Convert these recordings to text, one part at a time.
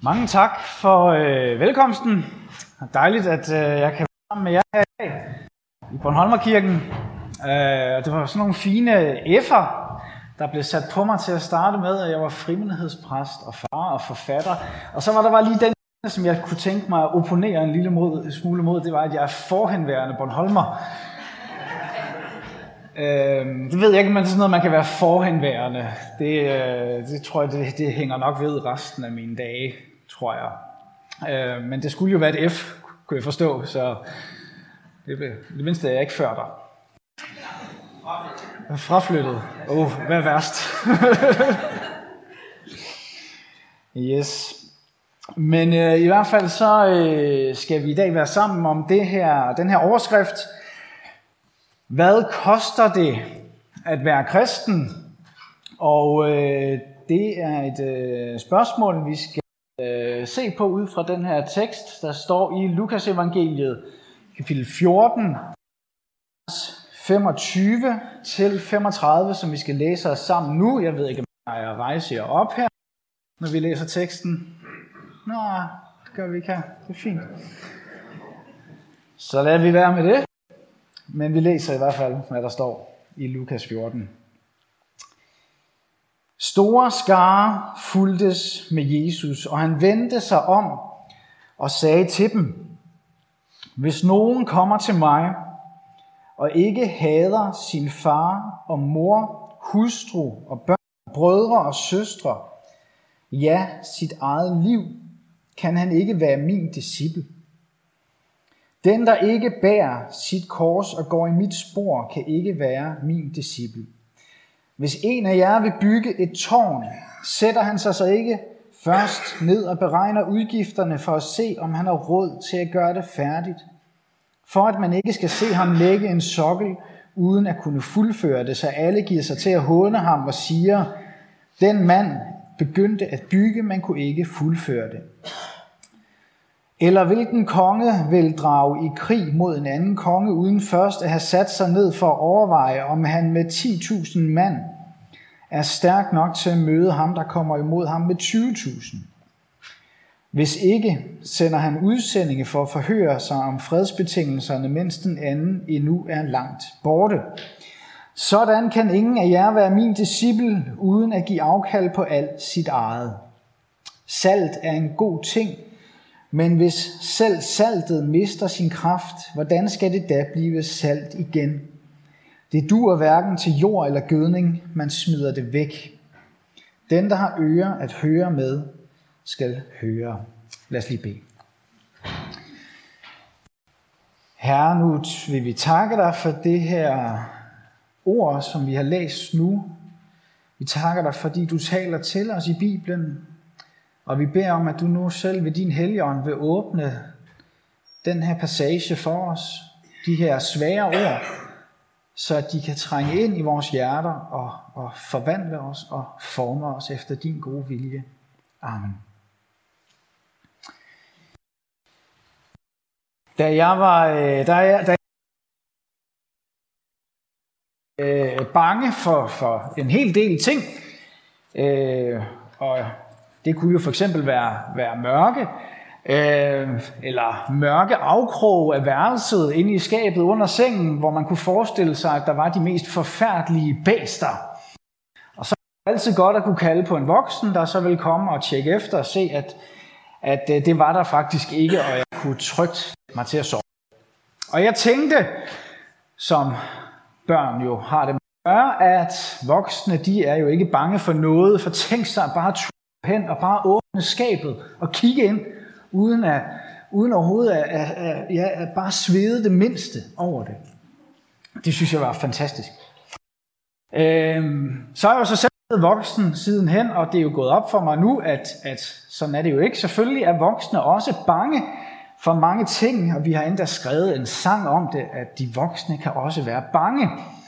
Mange tak for velkomsten. Dejligt, at jeg kan være sammen med jer her i dag i Bornholmerkirken. Det var sådan nogle fine F'er, der blev sat på mig til at starte med, at jeg var frimendighedspræst og far og forfatter. Og så var der bare lige den, som jeg kunne tænke mig at opponere en lille smule mod, det var, at jeg er forhenværende Bornholmer. Det ved jeg ikke, men det er sådan noget, man kan være forhenværende. Det tror jeg, det hænger nok ved resten af mine dage, tror jeg. Men det skulle jo være et F, kunne jeg forstå, så det mindste er jeg ikke før der. Fraflyttet. Hvad er værst? Yes. Men i hvert fald så skal vi i dag være sammen om den her overskrift. Hvad koster det at være kristen? Og det er et spørgsmål, vi skal se på ud fra den her tekst, der står i Lukas evangeliet, kapitel 14, 25 til 35, som vi skal læse os sammen nu. Jeg ved ikke, om jeg rejser jer op her, når vi læser teksten. Nå, det gør vi ikke her. Det er fint. Så lader vi være med det. Men vi læser i hvert fald, hvad der står i Lukas 14. Store skare fulgtes med Jesus, og han vendte sig om og sagde til dem: Hvis nogen kommer til mig og ikke hader sin far og mor, hustru og børn, brødre og søstre, ja, sit eget liv, kan han ikke være min disciple. Den, der ikke bærer sit kors og går i mit spor, kan ikke være min disciple. Hvis en af jer vil bygge et tårn, sætter han sig så ikke først ned og beregner udgifterne for at se, om han har råd til at gøre det færdigt. For at man ikke skal se ham lægge en sokkel, uden at kunne fuldføre det, så alle giver sig til at håne ham og siger: Den mand begyndte at bygge, men kunne ikke fuldføre det. Eller hvilken konge vil drage i krig mod en anden konge, uden først at have sat sig ned for at overveje, om han med 10.000 mand er stærk nok til at møde ham, der kommer imod ham med 20.000. Hvis ikke, sender han udsendinge for at forhøre sig om fredsbetingelserne, mens den anden endnu er langt borte. Sådan kan ingen af jer være min disciple, uden at give afkald på alt sit eget. Salt er en god ting, men hvis selv saltet mister sin kraft, hvordan skal det da blive salt igen? Det duer hverken til jord eller gødning, man smider det væk. Den, der har ører at høre med, skal høre. Lad os lige bede. Herre, nu vil vi takke dig for det her ord, som vi har læst nu. Vi takker dig, fordi du taler til os i Bibelen. Og vi beder om, at du nu selv ved din Helligånd vil åbne den her passage for os, de her svære ord, så at de kan trænge ind i vores hjerter og forvandle os og forme os efter din gode vilje. Amen. Da jeg var bange for en hel del ting, og det kunne jo for eksempel være mørke, eller mørke afkrog af værelset inde i skabet under sengen, hvor man kunne forestille sig, at der var de mest forfærdelige bæster. Og så var det altid godt at kunne kalde på en voksen, der så ville komme og tjekke efter og se, at det var der faktisk ikke, og jeg kunne trygt mig til at sove. Og jeg tænkte, som børn jo har det med at gøre, at voksne, de er jo ikke bange for noget, for tænk sig bare hen og bare åbne skabet og kigge ind, uden overhovedet at bare svede det mindste over det. Det synes jeg var fantastisk. Så er jeg jo så selv blevet voksen sidenhen, og det er jo gået op for mig nu, at sådan er det jo ikke. Selvfølgelig er voksne også bange for mange ting, og vi har endda skrevet en sang om det, at de voksne kan også være bange.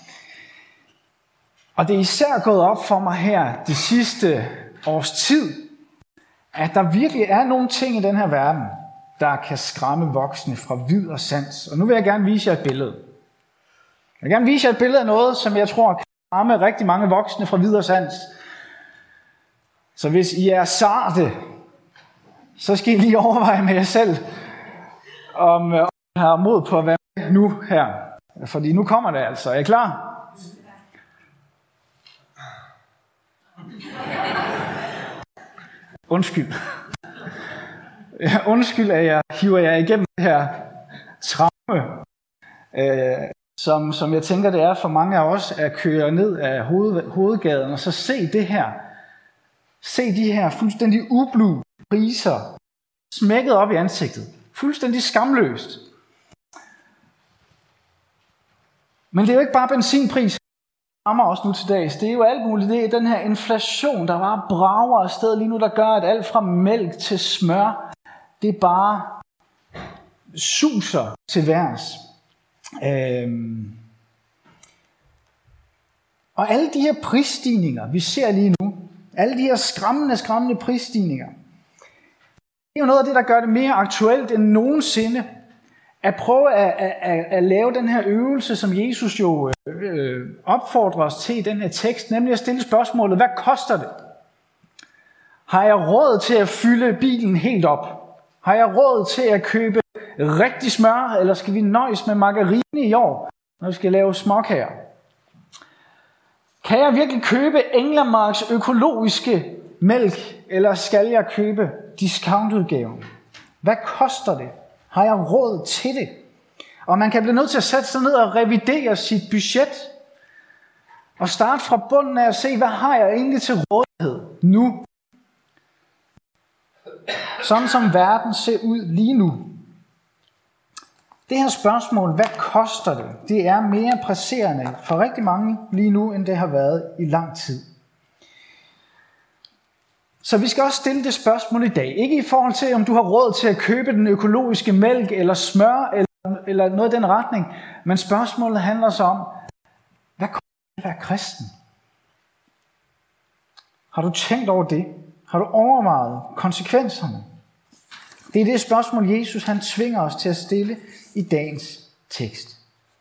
Og det er især gået op for mig her det sidste års tid, at der virkelig er nogle ting i den her verden, der kan skræmme voksne fra vid og sans. Og nu vil jeg gerne vise jer et billede. Jeg vil gerne vise jer et billede af noget, som jeg tror kan skræmme rigtig mange voksne fra vid og sans. Så hvis I er sarte, så skal I lige overveje med jer selv, om I har mod på at være med nu her. Fordi nu kommer det altså. Er I klar? Undskyld. Undskyld, at jeg hiver jer igennem det her traume, som jeg tænker, det er for mange af os at køre ned af hovedgaden, og så se det her. Se de her fuldstændig ublu priser smækket op i ansigtet. Fuldstændig skamløst. Men det er jo ikke bare benzinpris, der rammer os nu til dags. Det er jo alt muligt. Det er den her inflation, der bare brager afsted lige nu, der gør, at alt fra mælk til smør, det bare suser til værs. Og alle de her prisstigninger, vi ser lige nu, alle de her skræmmende prisstigninger, det er jo noget af det, der gør det mere aktuelt end nogensinde, at prøve at lave den her øvelse, som Jesus jo opfordrer os til i den her tekst, nemlig at stille spørgsmålet, hvad koster det? Har jeg råd til at fylde bilen helt op? Har jeg råd til at købe rigtig smør, eller skal vi nøjes med margarine i år, når vi skal lave småkager? Kan jeg virkelig købe Englemarks økologiske mælk, eller skal jeg købe discountudgaven? Hvad koster det? Har jeg råd til det? Og man kan blive nødt til at sætte sig ned og revidere sit budget, og starte fra bunden af at se, hvad har jeg egentlig til rådighed nu? Sådan som verden ser ud lige nu. Det her spørgsmål, hvad koster det? Det er mere presserende for rigtig mange lige nu, end det har været i lang tid. Så vi skal også stille det spørgsmål i dag. Ikke i forhold til, om du har råd til at købe den økologiske mælk eller smør eller noget i den retning. Men spørgsmålet handler så om, hvad koster det at være kristen? Har du tænkt over det? Har du overvejet konsekvenserne? Det er det spørgsmål, Jesus han tvinger os til at stille i dagens tekst.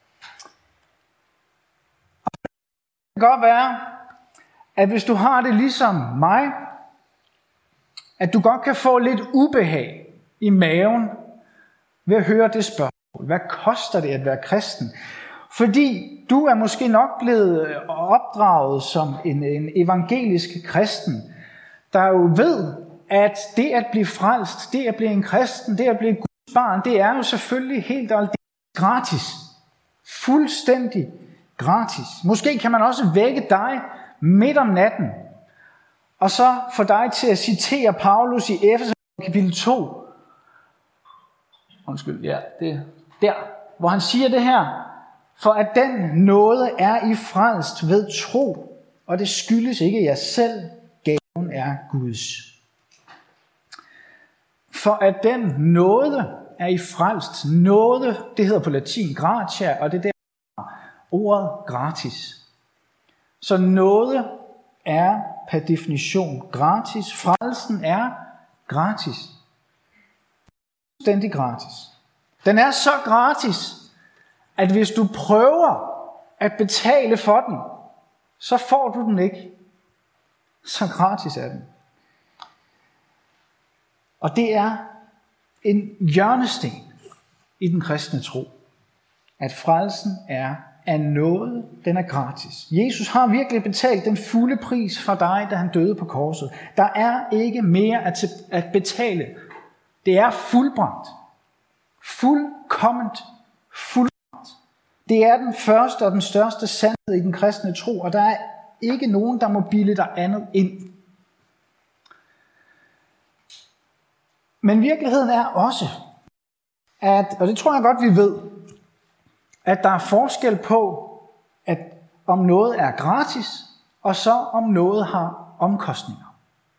Og det kan godt være, at hvis du har det ligesom mig, at du godt kan få lidt ubehag i maven ved at høre det spørgsmål. Hvad koster det at være kristen? Fordi du er måske nok blevet opdraget som en evangelisk kristen, der jo ved, at det at blive frelst, det at blive en kristen, det at blive Guds barn, det er jo selvfølgelig helt og aldeles gratis. Fuldstændig gratis. Måske kan man også vække dig midt om natten, og så få dig til at citere Paulus i Efeser kapitel 2. Undskyld, ja, det er der, hvor han siger det her. For at den nåde er I frelst ved tro, og det skyldes ikke jer selv, gaven er Guds. For at den nåde er I frelst. Nåde, det hedder på latin gratia, og det er der ordet gratis. Så nåde er per definition gratis. Frelsen er gratis. Fuldstændig gratis. Den er så gratis, at hvis du prøver at betale for den, så får du den ikke. Så gratis er den. Og det er en hjørnesten i den kristne tro, at frelsen er af nåde, den er gratis. Jesus har virkelig betalt den fulde pris for dig, da han døde på korset. Der er ikke mere at betale. Det er fuldbragt. Fuldkomment fuldbragt. Det er den første og den største sandhed i den kristne tro, og der er ikke nogen, der må bilde dig andet ind. Men virkeligheden er også, at, og det tror jeg godt, vi ved, at der er forskel på, at om noget er gratis, og så om noget har omkostninger.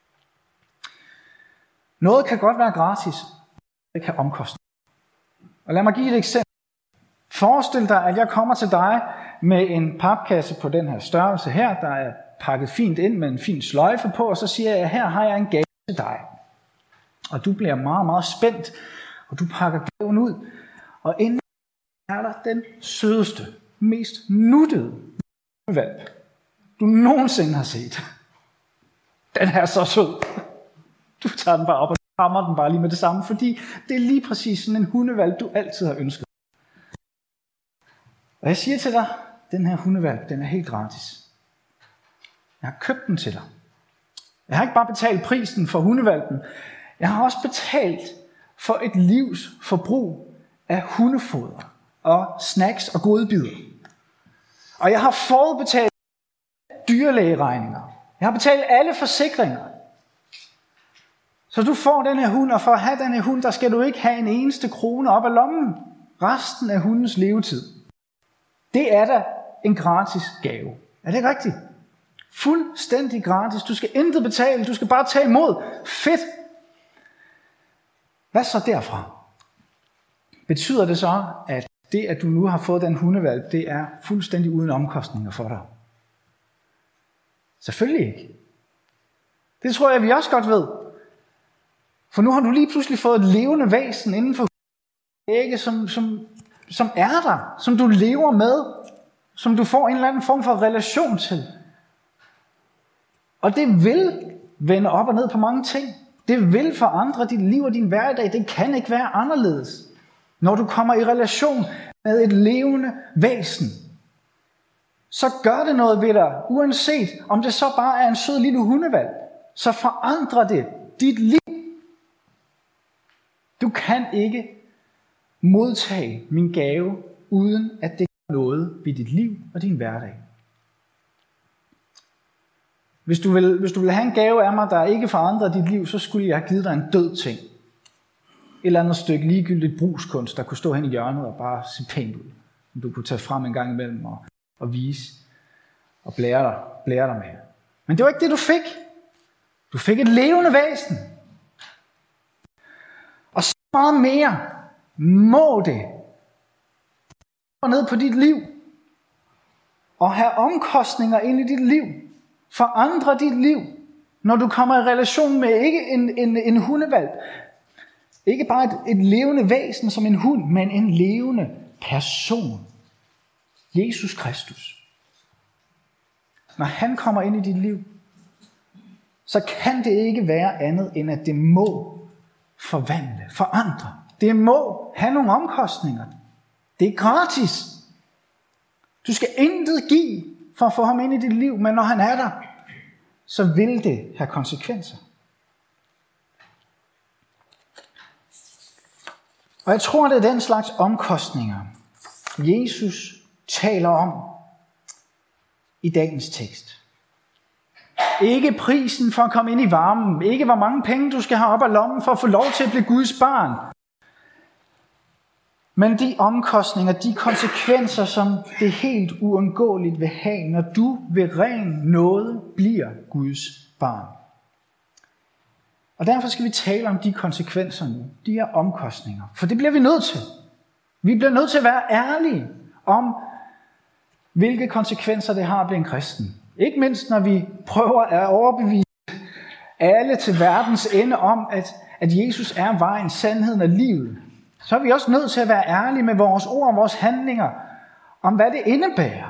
Noget kan godt være gratis, det kan omkostninger. Og lad mig give et eksempel. Forestil dig, at jeg kommer til dig med en papkasse på den her størrelse her, der er pakket fint ind med en fin sløjfe på, og så siger jeg, her har jeg en gave til dig. Og du bliver meget, meget spændt, og du pakker gaven ud, og inden er der den sødeste, mest nuttede valp, du nogensinde har set. Den er så sød. Du tager den bare op og rammer den bare lige med det samme, fordi det er lige præcis sådan en hundevalg, du altid har ønsket. Og jeg siger til dig, den her hundevalg, den er helt gratis. Jeg har købt den til dig. Jeg har ikke bare betalt prisen for hundevalpen, jeg har også betalt for et livs forbrug af hundefoder og snacks og godbidder. Og jeg har forudbetalt dyrlægeregninger. Jeg har betalt alle forsikringer. Så du får den her hund, og for at have den her hund, der skal du ikke have en eneste krone op af lommen resten af hundens levetid. Det er da en gratis gave. Er det rigtigt? Fuldstændig gratis. Du skal intet betale, du skal bare tage imod. Fedt! Hvad så derfra? Betyder det så, at det, at du nu har fået den hundevalp, det er fuldstændig uden omkostninger for dig? Selvfølgelig ikke. Det tror jeg, vi også godt ved. For nu har du lige pludselig fået et levende væsen inden for ægge, som er der, som du lever med, som du får en eller anden form for relation til. Og det vil vende op og ned på mange ting. Det vil forandre dit liv og din hverdag. Det kan ikke være anderledes, når du kommer i relation med et levende væsen. Så gør det noget ved dig, uanset om det så bare er en sød lille hundevalg. Så forandrer det dit liv. Du kan ikke modtage min gave, uden at det gør noget ved dit liv og din hverdag. Hvis du vil have en gave af mig, der ikke forandrer dit liv, så skulle jeg have givet dig en død ting. Et eller andet stykke ligegyldigt brugskunst, der kunne stå hen i hjørnet og bare se pænt ud. Som du kunne tage frem en gang imellem og vise og blære dig med. Men det var ikke det, du fik. Du fik et levende væsen. Og så meget mere må det gå ned på dit liv og have omkostninger ind i dit liv. Forandre dit liv, når du kommer i relation med ikke en hundevalp. Ikke bare et levende væsen som en hund, men en levende person. Jesus Kristus. Når han kommer ind i dit liv, så kan det ikke være andet, end at det må forandre. Det må have nogle omkostninger. Det er gratis. Du skal intet give for at få ham ind i dit liv, men når han er der, så vil det have konsekvenser. Og jeg tror, det er den slags omkostninger, Jesus taler om i dagens tekst. Ikke prisen for at komme ind i varmen, ikke hvor mange penge du skal have op af lommen for at få lov til at blive Guds barn. Men de omkostninger, de konsekvenser, som det helt uundgåeligt vil have, når du ved ren nåde bliver Guds barn. Og derfor skal vi tale om de konsekvenser nu, de her omkostninger. For det bliver vi nødt til. Vi bliver nødt til at være ærlige om, hvilke konsekvenser det har at blive en kristen. Ikke mindst når vi prøver at overbevise alle til verdens ende om, at Jesus er vejen, sandheden og livet. Så er vi også nødt til at være ærlige med vores ord og vores handlinger, om hvad det indebærer.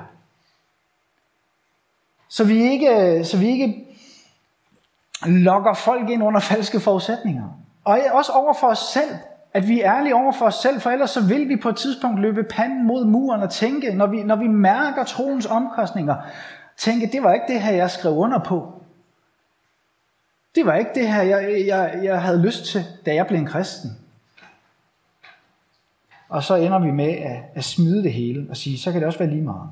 Så vi ikke lokker folk ind under falske forudsætninger. Og også over for os selv, at vi er ærlige over for os selv, for ellers så vil vi på et tidspunkt løbe panden mod muren og tænke, når vi mærker troens omkostninger, tænke, det var ikke det her, jeg skrev under på. Det var ikke det her, jeg havde lyst til, da jeg blev en kristen. Og så ender vi med at smide det hele og sige, så kan det også være lige meget.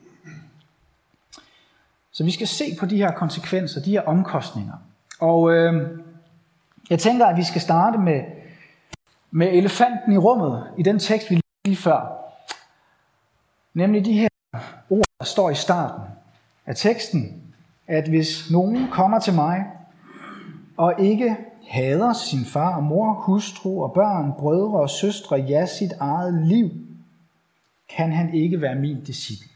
Så vi skal se på de her konsekvenser, de her omkostninger. Og jeg tænker, at vi skal starte med elefanten i rummet, i den tekst, vi lige før. Nemlig de her ord, der står i starten af teksten, at hvis nogen kommer til mig og ikke hader sin far og mor, hustru og børn, brødre og søstre, ja, sit eget liv, kan han ikke være min disciple.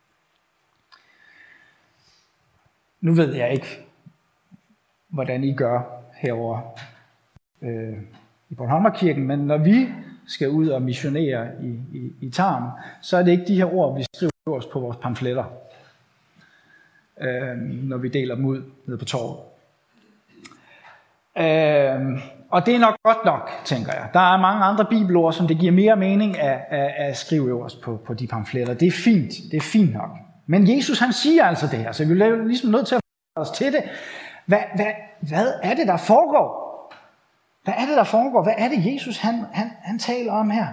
Nu ved jeg ikke, hvordan I gør herovre i Bornholmerkirken, men når vi skal ud og missionere i Tarm, så er det ikke de her ord, vi skriver øverst på vores pamfletter, når vi deler dem ud nede på torvet. Og det er nok godt nok, tænker jeg. Der er mange andre bibelord, som det giver mere mening at skrive øverst på de pamfletter. Det er fint. Det er fint nok. Men Jesus, han siger altså det her, så vi er ligesom nødt til at forholde os til det. Hvad er det, der foregår? Hvad er det, der foregår? Hvad er det, Jesus han taler om her?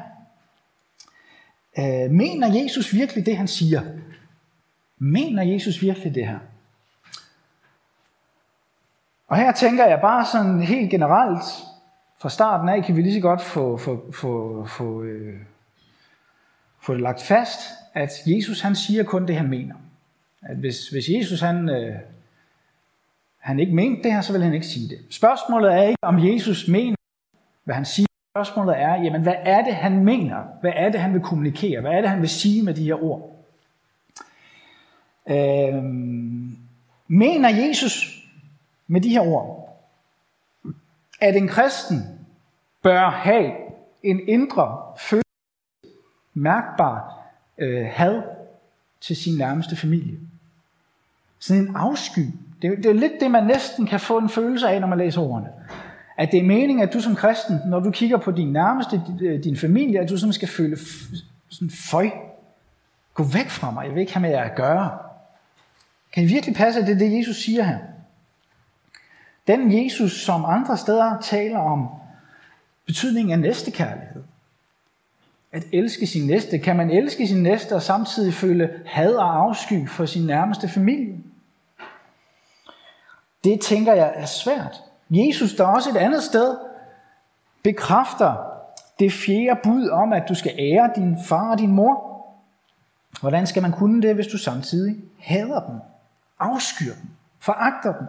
Mener Jesus virkelig det, han siger? Mener Jesus virkelig det her? Og her tænker jeg bare sådan helt generelt, fra starten af kan vi lige så godt få det lagt fast, at Jesus han siger kun det, han mener. At hvis Jesus han ikke mente det her, så vil han ikke sige det. Spørgsmålet er ikke, om Jesus mener, hvad han siger. Spørgsmålet er, jamen, hvad er det, han mener? Hvad er det, han vil kommunikere? Hvad er det, han vil sige med de her ord? Mener Jesus med de her ord, at en kristen bør have en indre følelse, mærkbar had til sin nærmeste familie? Sådan en afsky. Det er lidt det, man næsten kan få en følelse af, når man læser ordene. At det er meningen, at du som kristen, når du kigger på din nærmeste, din familie, at du sådan skal føle sådan, føj, gå væk fra mig, jeg vil ikke have med jer at gøre. Kan det virkelig passe, at det er det, Jesus siger her? Den Jesus, som andre steder taler om betydningen af næstekærlighed. At elske sin næste. Kan man elske sin næste og samtidig føle had og afsky for sin nærmeste familie? Det tænker jeg er svært. Jesus, der også et andet sted, bekræfter det 4. bud om, at du skal ære din far og din mor. Hvordan skal man kunne det, hvis du samtidig hader dem, afskyr dem, foragter dem?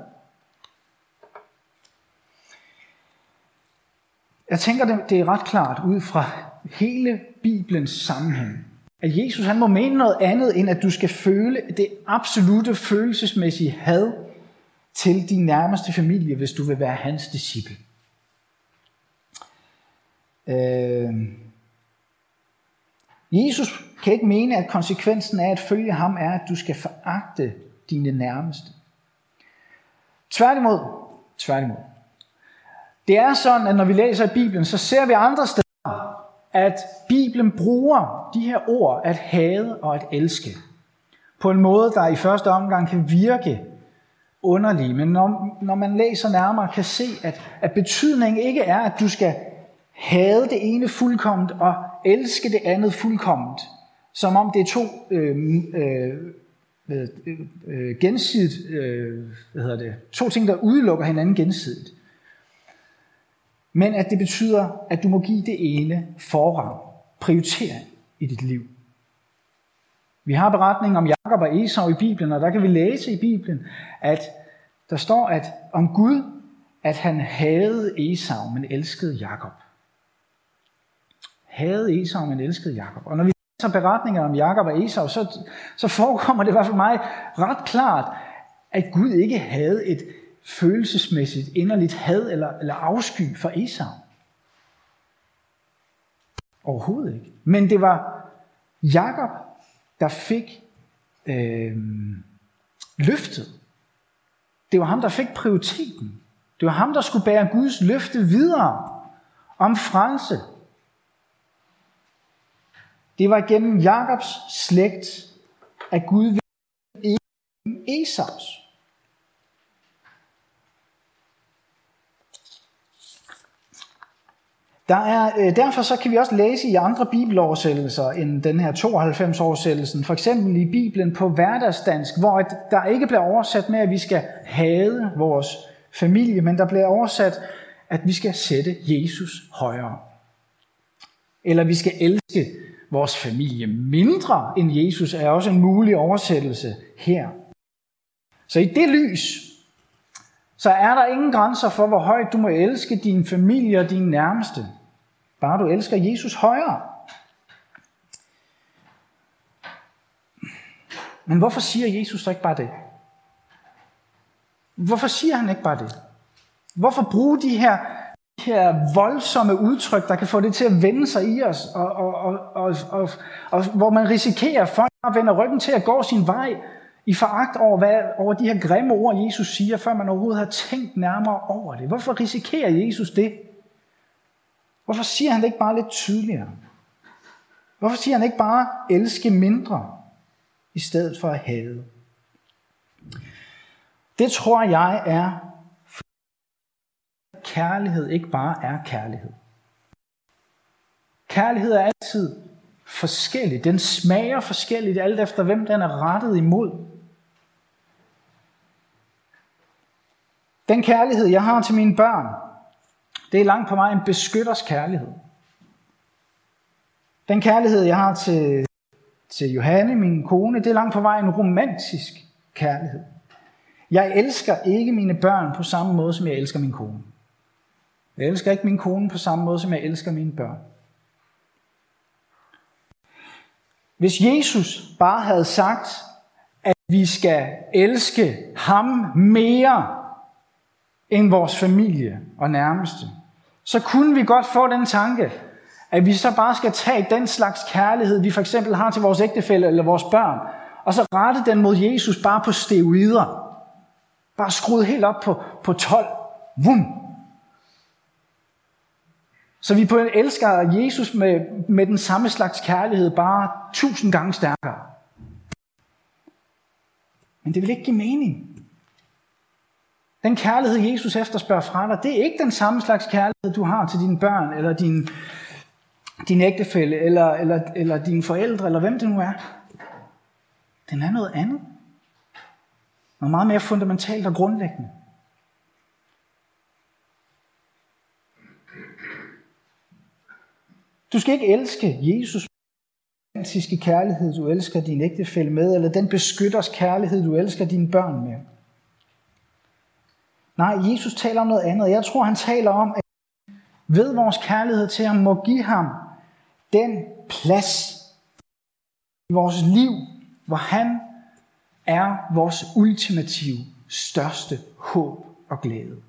Jeg tænker, det er ret klart ud fra hele Bibelens sammenhæng, at Jesus han må mene noget andet, end at du skal føle det absolute følelsesmæssige had til din nærmeste familie, hvis du vil være hans disciple. Jesus kan ikke mene, at konsekvensen af at følge ham er, at du skal foragte dine nærmeste. Tværtimod. Det er sådan, at når vi læser i Bibelen, så ser vi andre steder, at Bibelen bruger de her ord, at hade og at elske, på en måde, der i første omgang kan virke underlig. Men når man læser nærmere, kan se, at betydningen ikke er, at du skal hade det ene fuldkomment og elske det andet fuldkomment. Som om det er to ting, der udelukker hinanden gensidigt. Men at det betyder, at du må give det ene forrang, prioritering i dit liv. Vi har beretningen om Jakob og Esau i Bibelen, og der kan vi læse i Bibelen, at der står at om Gud, at han hadede Esau, men elskede Jakob. Hadede Esau, men elskede Jakob. Og når vi læser beretninger om Jakob og Esau, så forekommer det i hvert fald mig ret klart, at Gud ikke havde et følelsesmæssigt, inderligt had eller afsky for Esau. Overhovedet ikke. Men det var Jakob, der fik løftet. Det var ham, der fik prioriteten. Det var ham, der skulle bære Guds løfte videre om frelse. Det var gennem Jakobs slægt, at Gud ville ikke Esaus. Derfor så kan vi også læse i andre bibeloversættelser end den her 92-oversættelsen, for eksempel i Bibelen på hverdagsdansk, hvor der ikke bliver oversat med, at vi skal hade vores familie, men der bliver oversat, at vi skal sætte Jesus højere. Eller vi skal elske vores familie mindre end Jesus, er også en mulig oversættelse her. Så i det lys, så er der ingen grænser for, hvor højt du må elske din familie og din nærmeste. Bare du elsker Jesus højere. Men hvorfor siger Jesus så ikke bare det? Hvorfor siger han ikke bare det? Hvorfor bruge de her voldsomme udtryk, der kan få det til at vende sig i os, og hvor man risikerer, at folk vender ryggen til at gå sin vej, I foragt over de her grimme ord, Jesus siger, før man overhovedet har tænkt nærmere over det. Hvorfor risikerer Jesus det? Hvorfor siger han det ikke bare lidt tydeligere? Hvorfor siger han ikke bare elske mindre, i stedet for at hade? Det tror jeg er, fordi kærlighed ikke bare er kærlighed. Kærlighed er altid forskellig. Den smager forskelligt, alt efter hvem den er rettet imod. Den kærlighed, jeg har til mine børn, det er langt på vej en beskytters kærlighed. Den kærlighed, jeg har til Johanne, min kone, det er langt på vej en romantisk kærlighed. Jeg elsker ikke mine børn på samme måde, som jeg elsker min kone. Jeg elsker ikke min kone på samme måde, som jeg elsker mine børn. Hvis Jesus bare havde sagt, at vi skal elske ham mere end vores familie og nærmeste, så kunne vi godt få den tanke, at vi så bare skal tage den slags kærlighed, vi for eksempel har til vores ægtefælle eller vores børn, og så rette den mod Jesus bare på steroider. Bare skruet helt op på 12. Vum! Så vi på en elsker Jesus med den samme slags kærlighed, bare 1000 gange stærkere. Men det vil ikke give mening. Den kærlighed, Jesus efterspørger fra dig, det er ikke den samme slags kærlighed, du har til dine børn, eller din ægtefælle, eller dine forældre, eller hvem det nu er. Den er noget andet. Noget meget mere fundamentalt og grundlæggende. Du skal ikke elske Jesus med den kærlighed, du elsker din ægtefælle med, eller den beskytters kærlighed, du elsker dine børn med. Nej, Jesus taler om noget andet. Jeg tror, han taler om, at ved vores kærlighed til ham, må give ham den plads i vores liv, hvor han er vores ultimative, største håb og glæde.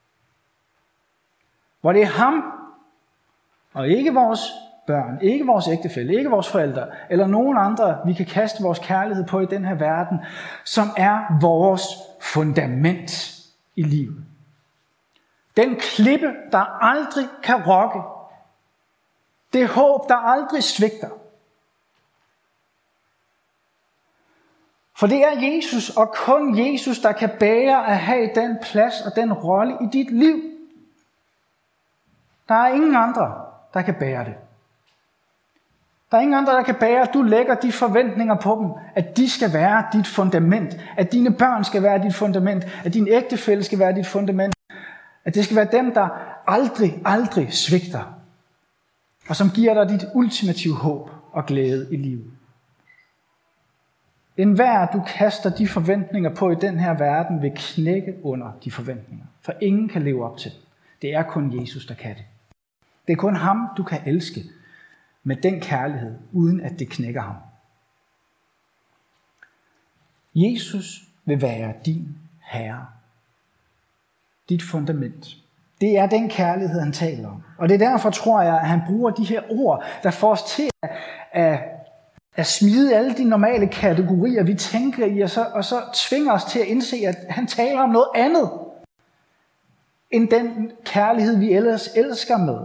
Hvor det er ham, og ikke vores børn, ikke vores ægtefælle, ikke vores forældre, eller nogen andre, vi kan kaste vores kærlighed på i den her verden, som er vores fundament i livet. Den klippe, der aldrig kan rokke. Det håb, der aldrig svigter. For det er Jesus, og kun Jesus, der kan bære at have den plads og den rolle i dit liv. Der er ingen andre, der kan bære det. Der er ingen andre, der kan bære, at du lægger de forventninger på dem, at de skal være dit fundament, at dine børn skal være dit fundament, at din ægtefælle skal være dit fundament, at det skal være dem, der aldrig svigter, og som giver dig dit ultimative håb og glæde i livet. Enhver, du kaster de forventninger på i den her verden, vil knække under de forventninger, for ingen kan leve op til det. Det er kun Jesus, der kan det. Det er kun ham, du kan elske med den kærlighed, uden at det knækker ham. Jesus vil være din herre. Dit fundament. Det er den kærlighed, han taler om. Og det er derfor, tror jeg, at han bruger de her ord, der får os til at smide alle de normale kategorier, vi tænker i, og så tvinger os til at indse, at han taler om noget andet, end den kærlighed, vi ellers elsker med.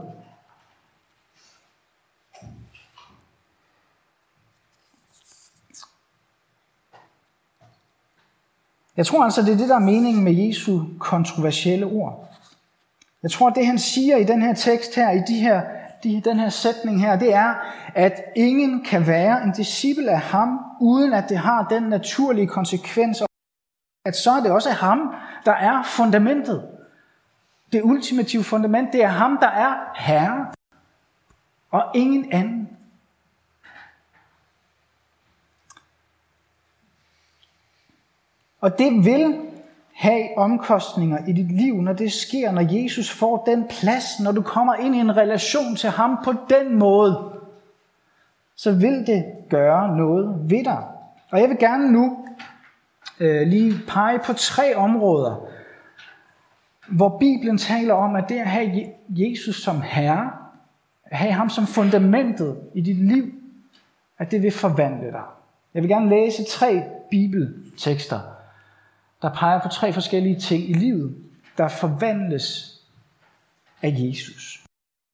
Jeg tror altså, det er det, der er meningen med Jesu kontroversielle ord. Jeg tror, at det, han siger i den her tekst her, i den her sætning her, det er, at ingen kan være en disciple af ham, uden at det har den naturlige konsekvens, at så er det også ham, der er fundamentet. Det ultimative fundament, det er ham, der er herre, og ingen anden. Og det vil have omkostninger i dit liv, når det sker, når Jesus får den plads, når du kommer ind i en relation til ham på den måde, så vil det gøre noget ved dig. Og jeg vil gerne nu lige pege på 3 områder, hvor Bibelen taler om, at det at have Jesus som herre, at have ham som fundamentet i dit liv, at det vil forvandle dig. Jeg vil gerne læse 3 bibeltekster, der peger på 3 forskellige ting i livet, der forvandles af Jesus.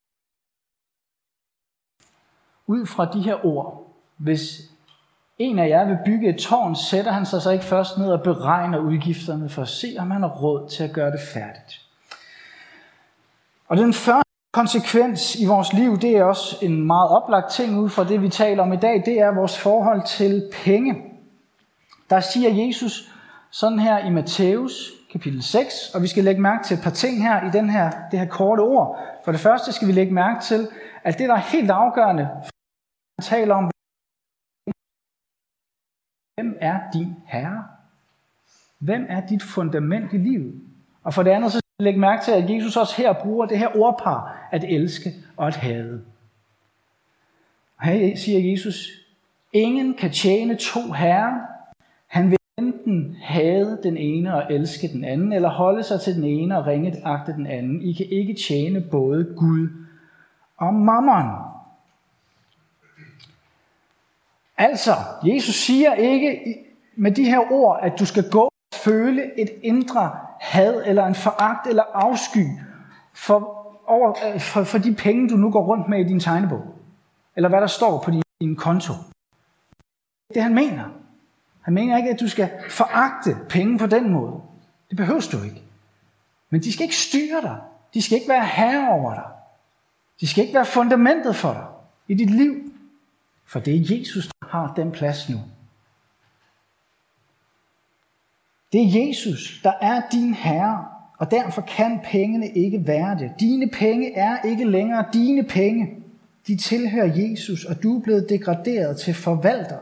Ud fra de her ord, hvis en af jer vil bygge et tårn, sætter han sig så ikke først ned og beregner udgifterne for at se, om han har råd til at gøre det færdigt. Og den første konsekvens i vores liv, det er også en meget oplagt ting ud fra det, vi taler om i dag, det er vores forhold til penge. Der siger Jesus sådan her i Matthæus kapitel 6, og vi skal lægge mærke til et par ting her i det her korte ord. For det første skal vi lægge mærke til, at det, der er helt afgørende, for at tale om, hvem er din herre? Hvem er dit fundament i livet? Og for det andet, så skal vi lægge mærke til, at Jesus også her bruger det her ordpar, at elske og at hade. Og her siger Jesus, ingen kan tjene 2 herrer. Han vil enten hade den ene og elske den anden, eller holde sig til den ene og ringeagte den anden. I kan ikke tjene både Gud og mammon. Altså, Jesus siger ikke med de her ord, at du skal gå og føle et indre had eller en foragt eller afsky for de penge, du nu går rundt med i din tegnebog. Eller hvad der står på din konto. Det han mener. Han mener ikke, at du skal foragte penge på den måde. Det behøver du ikke. Men de skal ikke styre dig. De skal ikke være herre over dig. De skal ikke være fundamentet for dig i dit liv. For det er Jesus, der har den plads nu. Det er Jesus, der er din herre, og derfor kan pengene ikke være det. Dine penge er ikke længere dine penge. De tilhører Jesus, og du er blevet degraderet til forvalter.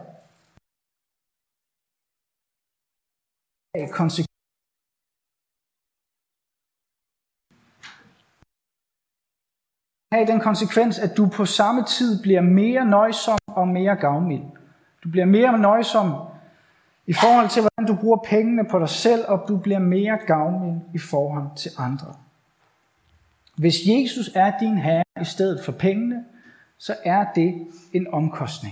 Have den konsekvens, at du på samme tid bliver mere nøjsom og mere gavmild. Du bliver mere nøjsom i forhold til, hvordan du bruger pengene på dig selv, og du bliver mere gavmild i forhold til andre. Hvis Jesus er din herre i stedet for pengene, så er det en omkostning.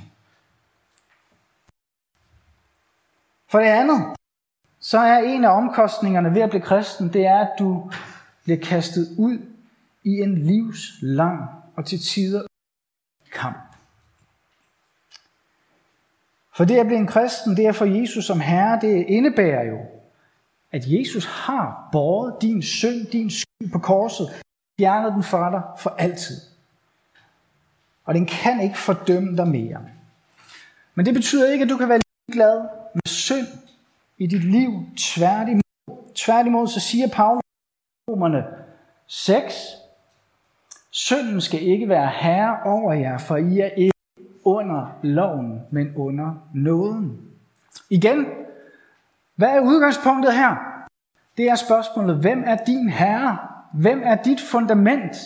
For det andet, så er en af omkostningerne ved at blive kristen, det er, at du bliver kastet ud i en livslang og til tider kamp. For det at blive en kristen, det er for Jesus som herre, det indebærer jo, at Jesus har båret din synd, din skyld på korset, fjernet den fra dig for altid. Og den kan ikke fordømme dig mere. Men det betyder ikke, at du kan være ligeglad med synd i dit liv. Tværtimod så siger Paulus i Romerne 6, synden skal ikke være herre over jer, for I er ikke under loven, men under nåden. Igen, hvad er udgangspunktet her? Det er spørgsmålet, hvem er din herre? Hvem er dit fundament?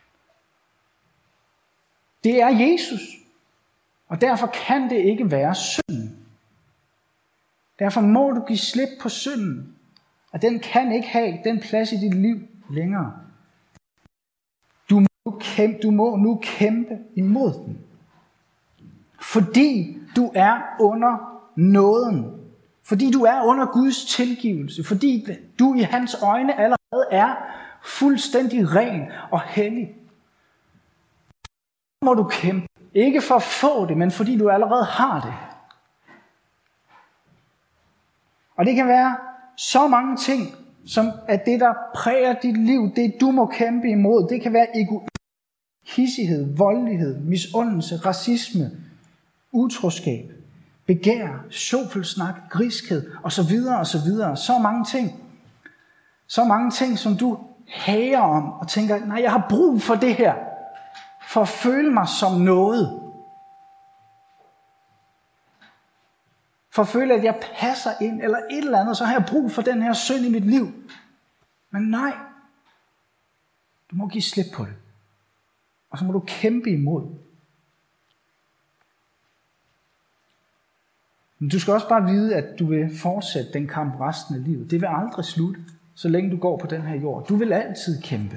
Det er Jesus. Og derfor kan det ikke være synden. Derfor må du give slip på synden. Og den kan ikke have den plads i dit liv længere. Du må nu kæmpe imod den. Fordi du er under nåden. Fordi du er under Guds tilgivelse. Fordi du i hans øjne allerede er fuldstændig ren og hellig. Må du kæmpe. Ikke for at få det, men fordi du allerede har det. Og det kan være så mange ting, som at det, der præger dit liv, det du må kæmpe imod. Det kan være egoisme, hissighed, voldelighed, misundelse, racisme, utroskab, begær, sjovfuldsnak, griskhed osv. osv. Så mange ting. Så mange ting, som du hager om og tænker, nej, jeg har brug for det her, for at føle mig som noget. For at føle, at jeg passer ind, eller et eller andet, så har jeg brug for den her synd i mit liv. Men nej, du må give slip på det. Og så må du kæmpe imod. Men du skal også bare vide, at du vil fortsætte den kamp resten af livet. Det vil aldrig slutte, så længe du går på den her jord. Du vil altid kæmpe.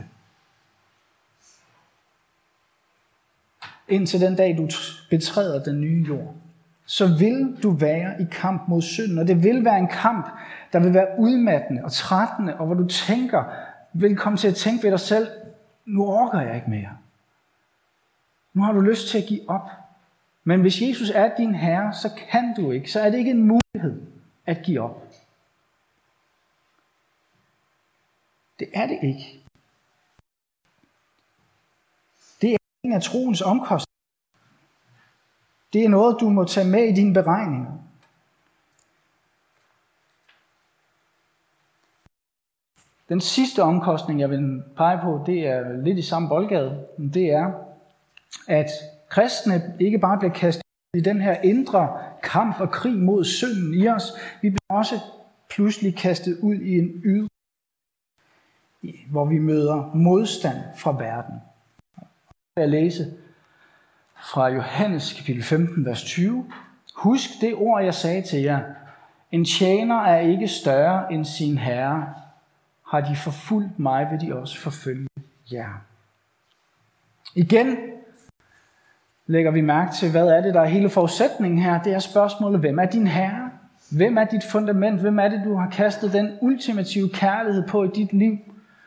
Indtil den dag, du betræder den nye jord. så vil du være i kamp mod synden. Og det vil være en kamp, der vil være udmattende og trættende, og hvor du vil komme til at tænke ved dig selv, nu orker jeg ikke mere. Nu har du lyst til at give op. Men hvis Jesus er din herre, så kan du ikke. Så er det ikke en mulighed at give op. Det er det ikke. Det er en af troens omkostninger. Det er noget, du må tage med i dine beregninger. Den sidste omkostning, jeg vil pege på, det er lidt i samme boldgade. Det er, at kristne ikke bare bliver kastet i den her indre kamp og krig mod synden i os. Vi bliver også pludselig kastet ud i en ydre, hvor vi møder modstand fra verden. Jeg læse fra Johannes kapitel 15, vers 20. Husk det ord, jeg sagde til jer. En tjener er ikke større end sin herre. Har de forfulgt mig, vil de også forfølge jer. Igen lægger vi mærke til, hvad er det, der er hele forudsætningen her. Det er spørgsmålet, hvem er din herre? Hvem er dit fundament? Hvem er det, du har kastet den ultimative kærlighed på i dit liv?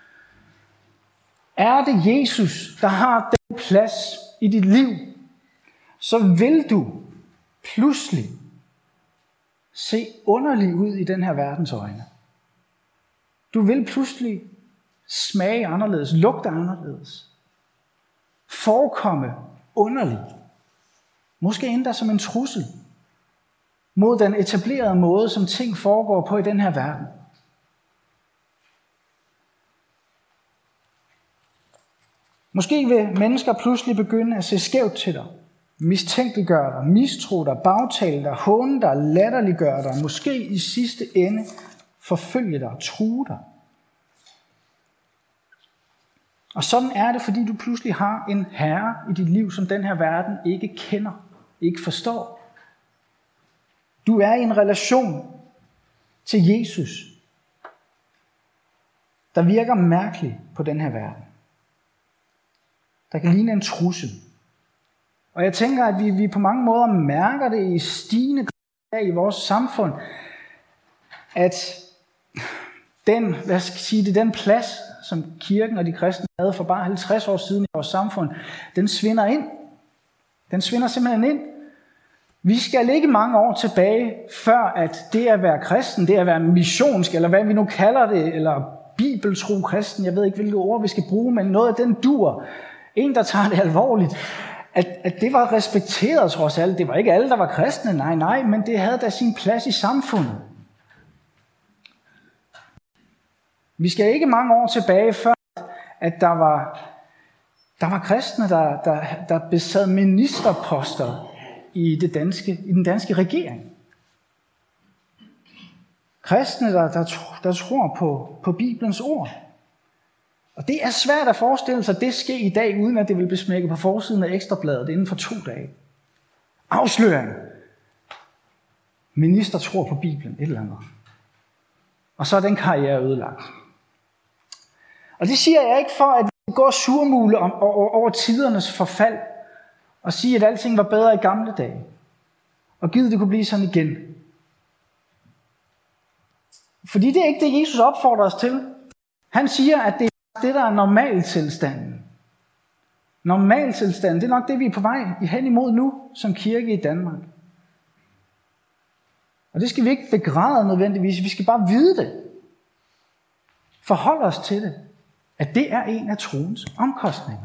Er det Jesus, der har den plads i dit liv, så vil du pludselig se underlig ud i den her verdens øjne. Du vil pludselig smage anderledes, lugte anderledes, forekomme underlig, måske endda som en trussel mod den etablerede måde, som ting foregår på i den her verden. Måske vil mennesker pludselig begynde at se skævt til dig, mistænkeliggøre dig, mistro dig, bagtale dig, håne dig, latterliggøre dig, måske i sidste ende forfølge dig, true dig. Og sådan er det, fordi du pludselig har en herre i dit liv, som den her verden ikke kender, ikke forstår. Du er i en relation til Jesus, der virker mærkelig på den her verden. Der kan ligne en trussel. Og jeg tænker, at vi på mange måder mærker det i stigende grad i vores samfund, at den plads, som kirken og de kristne havde for bare 50 år siden i vores samfund, den svinder ind. Den svinder simpelthen ind. Vi skal ikke mange år tilbage, før at det at være kristen, det at være missionsk, eller hvad vi nu kalder det, eller bibeltro kristen, jeg ved ikke, hvilke ord vi skal bruge, men noget af den dur. En, der tager det alvorligt, at det var respekteret trods alt. Det var ikke alle, der var kristne, nej, men det havde da sin plads i samfundet. Vi skal ikke mange år tilbage, før at der var kristne, der besad ministerposter i den danske regering. Kristne, der tror på Bibelens ord. Og det er svært at forestille sig, at det sker i dag, uden at det vil blive smækket på forsiden af Ekstrabladet inden for 2 dage. Afsløring. Minister tror på Bibelen, et eller andet. Og så er den karriere ødelagt. Og det siger jeg ikke for, at vi går surmule over tidernes forfald, og sige, at alting var bedre i gamle dage. Og givet det kunne blive sådan igen. Fordi det er ikke det, Jesus opfordrer os til. Han siger, at det er det, der er normaltilstanden. Normaltilstanden, det er nok det, vi er på vej hen imod nu, som kirke i Danmark. Og det skal vi ikke begræde nødvendigvis, vi skal bare vide det. Forhold os til det, at det er en af troens omkostninger.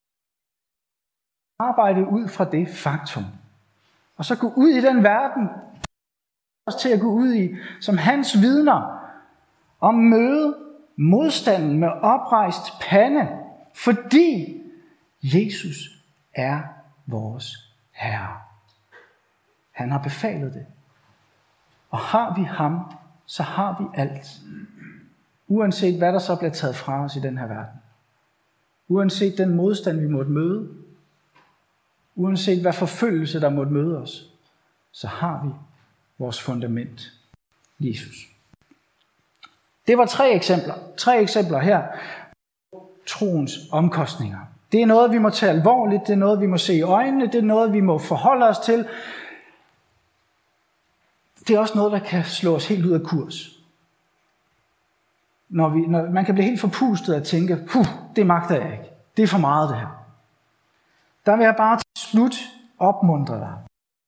Arbejde ud fra det faktum. Og så gå ud i den verden, os til at gå ud i, som hans vidner, og møde modstanden med oprejst pande, fordi Jesus er vores Herre. Han har befalet det. Og har vi ham, så har vi alt. Uanset hvad der så bliver taget fra os i den her verden. Uanset den modstand, vi måtte møde. Uanset hvad forfølgelse, der måtte møde os. Så har vi vores fundament. Jesus. Det var 3 eksempler. 3 eksempler her. Troens omkostninger. Det er noget, vi må tage alvorligt. Det er noget, vi må se i øjnene. Det er noget, vi må forholde os til. det er også noget, der kan slå os helt ud af kurs. Når man kan blive helt forpustet og tænke, det magter jeg ikke. Det er for meget det her. Der vil jeg bare til slut opmuntre dig.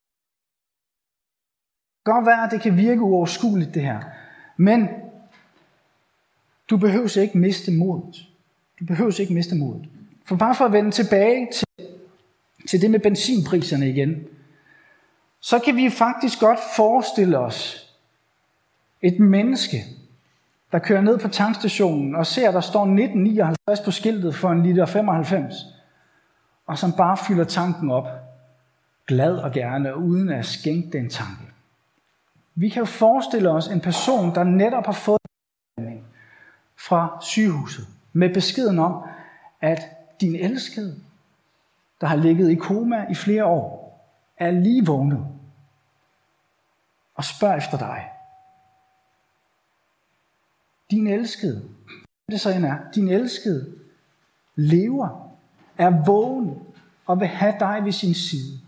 Det kan godt være, at det kan virke uoverskueligt det her. Men du behøver ikke miste modet. Du behøver ikke miste modet. For bare for at vende tilbage til det med benzinpriserne igen, så kan vi faktisk godt forestille os et menneske, der kører ned på tankstationen og ser, at der står 19,59 på skiltet for 1,95 liter, og som bare fylder tanken op, glad og gerne, uden at skænke den tanke. Vi kan jo forestille os en person, der netop har fået en fra sygehuset, med beskeden om, at din elskede, der har ligget i koma i flere år, er lige vågnet og spørger efter dig. Din elskede, hvad det så end er, din elskede lever, er vågen og vil have dig ved sin side.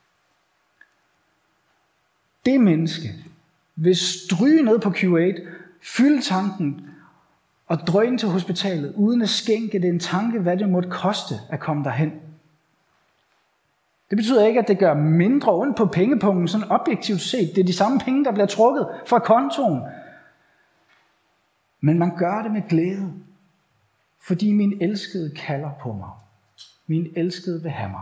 Det menneske vil stryge ned på Q8, fylde tanken og drøne til hospitalet, uden at skænke det en tanke, hvad det måtte koste at komme derhen. Det betyder ikke, at det gør mindre ondt på pengepungen, sådan objektivt set. Det er de samme penge, der bliver trukket fra kontoen. Men man gør det med glæde, fordi min elskede kalder på mig. Min elskede vil have mig.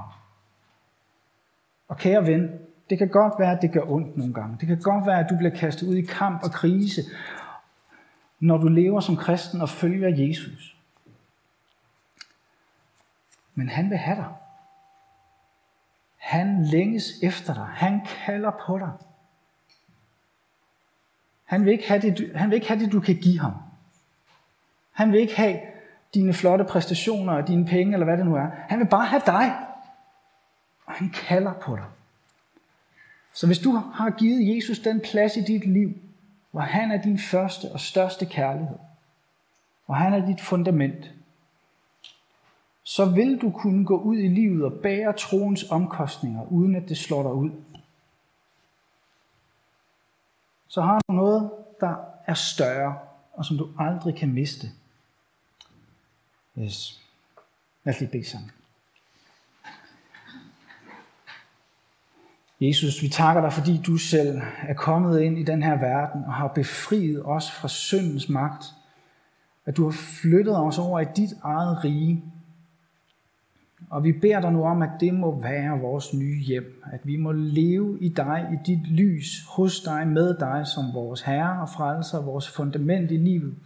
Og kære ven, det kan godt være, at det gør ondt nogle gange. Det kan godt være, at du bliver kastet ud i kamp og krise, når du lever som kristen og følger Jesus. Men han vil have dig. Han længes efter dig. Han kalder på dig. Han vil ikke have det, du kan give ham. Han vil ikke have dine flotte præstationer og dine penge, eller hvad det nu er. Han vil bare have dig. Og han kalder på dig. Så hvis du har givet Jesus den plads i dit liv, hvor han er din første og største kærlighed, hvor han er dit fundament, så vil du kunne gå ud i livet og bære troens omkostninger, uden at det slår dig ud. Så har du noget, der er større, og som du aldrig kan miste. Yes. Lad os lige bede sammen. Jesus, vi takker dig, fordi du selv er kommet ind i den her verden og har befriet os fra syndens magt. At du har flyttet os over i dit eget rige. Og vi beder dig nu om, at det må være vores nye hjem. At vi må leve i dig, i dit lys, hos dig, med dig som vores herre og frelser, vores fundament i livet.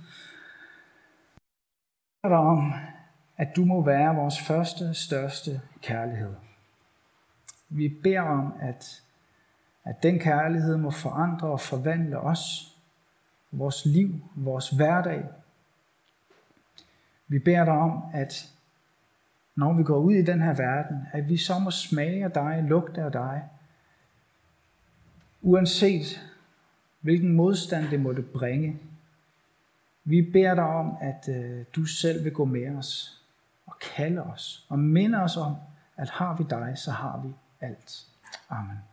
Vi beder dig om, at du må være vores første, største kærlighed. Vi beder om, at den kærlighed må forandre og forvandle os, vores liv, vores hverdag. Vi beder dig om, at når vi går ud i den her verden, at vi så må smage af dig, lugte af dig, uanset hvilken modstand det måtte bringe. Vi beder dig om, at du selv vil gå med os og kalde os og minde os om, at har vi dig, så har vi alt. Amen.